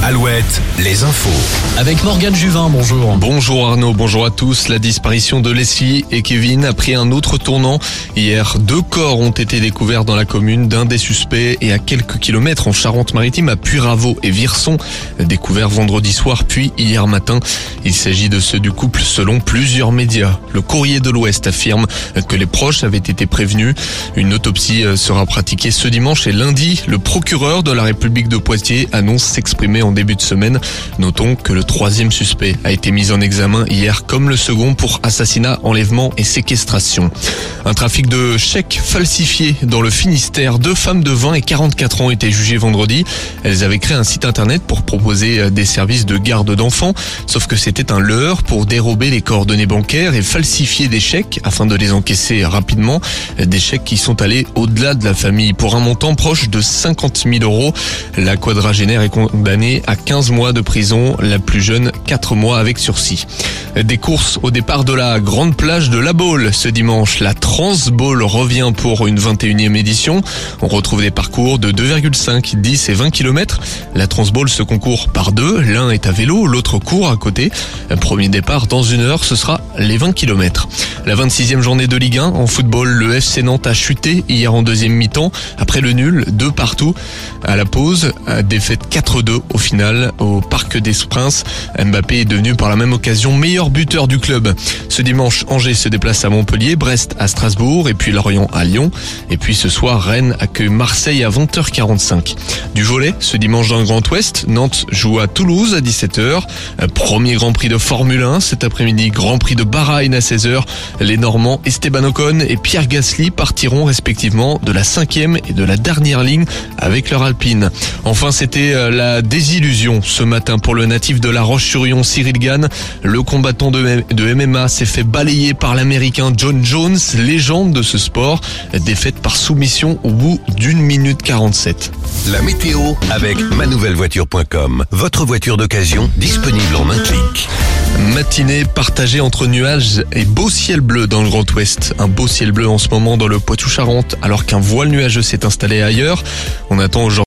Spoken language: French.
Alouette, les infos. Avec Morgane Juvin, bonjour. Bonjour Arnaud, bonjour à tous. La disparition de Leslie et Kevin a pris un autre tournant. Hier, 2 corps ont été découverts dans la commune d'un des suspects et à quelques kilomètres en Charente-Maritime à Puyraveau et Virson. Découverts vendredi soir puis hier matin. Il s'agit de ceux du couple selon plusieurs médias. Le Courrier de l'Ouest affirme que les proches avaient été prévenus. Une autopsie sera pratiquée ce dimanche et lundi. Le procureur de la République de Poitiers annonce s'exprimer en début de semaine. Notons que le 3e suspect a été mis en examen hier comme le second pour assassinat, enlèvement et séquestration. Un trafic de chèques falsifiés dans le Finistère. 2 femmes de 20 et 44 ans étaient jugées vendredi. Elles avaient créé un site internet pour proposer des services de garde d'enfants. Sauf que c'était un leurre pour dérober les coordonnées bancaires et falsifier des chèques afin de les encaisser rapidement. Des chèques qui sont allés au-delà de la famille pour un montant proche de 50 000 €. La quadragénaire est condamnée à 15 mois de prison, la plus jeune 4 mois avec sursis. Des courses au départ de la grande plage de La Baule ce dimanche. La Transbaule revient pour une 21e édition. On retrouve des parcours de 2,5, 10 et 20 km. La Transbaule se concourt par 2. L'un est à vélo, l'autre court à côté. Premier départ dans 1 heure, ce sera les 20 km. La 26e journée de Ligue 1 en football, le FC Nantes a chuté hier en deuxième mi-temps après le nul 2 partout. À la pause, défaite 4-2 au final au Parc des Princes. Mbappé est devenu par la même occasion meilleur buteur du club. Ce dimanche, Angers se déplace à Montpellier, Brest à Strasbourg et puis Lorient à Lyon. Et puis ce soir, Rennes accueille Marseille à 20h45. Du volley, ce dimanche dans le Grand Ouest, Nantes joue à Toulouse à 17h. Premier Grand Prix de Formule 1 cet après-midi, Grand Prix de Bahreïn à 16h. Les Normands Esteban Ocon et Pierre Gasly partiront respectivement de la 5e et de la dernière ligne avec leur Alpine. Enfin, c'était la désillusion ce matin pour le natif de La Roche-sur-Yon, Cyril Gane. Le combattant de MMA s'est fait balayer par l'américain John Jones, légende de ce sport. Défaite par soumission au bout d'1 minute 47. La météo avec manouvellevoiture.com. Votre voiture d'occasion disponible en un clic. Matinée partagée entre nuages et beau ciel bleu dans le Grand Ouest. Un beau ciel bleu en ce moment dans le Poitou-Charentes alors qu'un voile nuageux s'est installé ailleurs. On attend aujourd'hui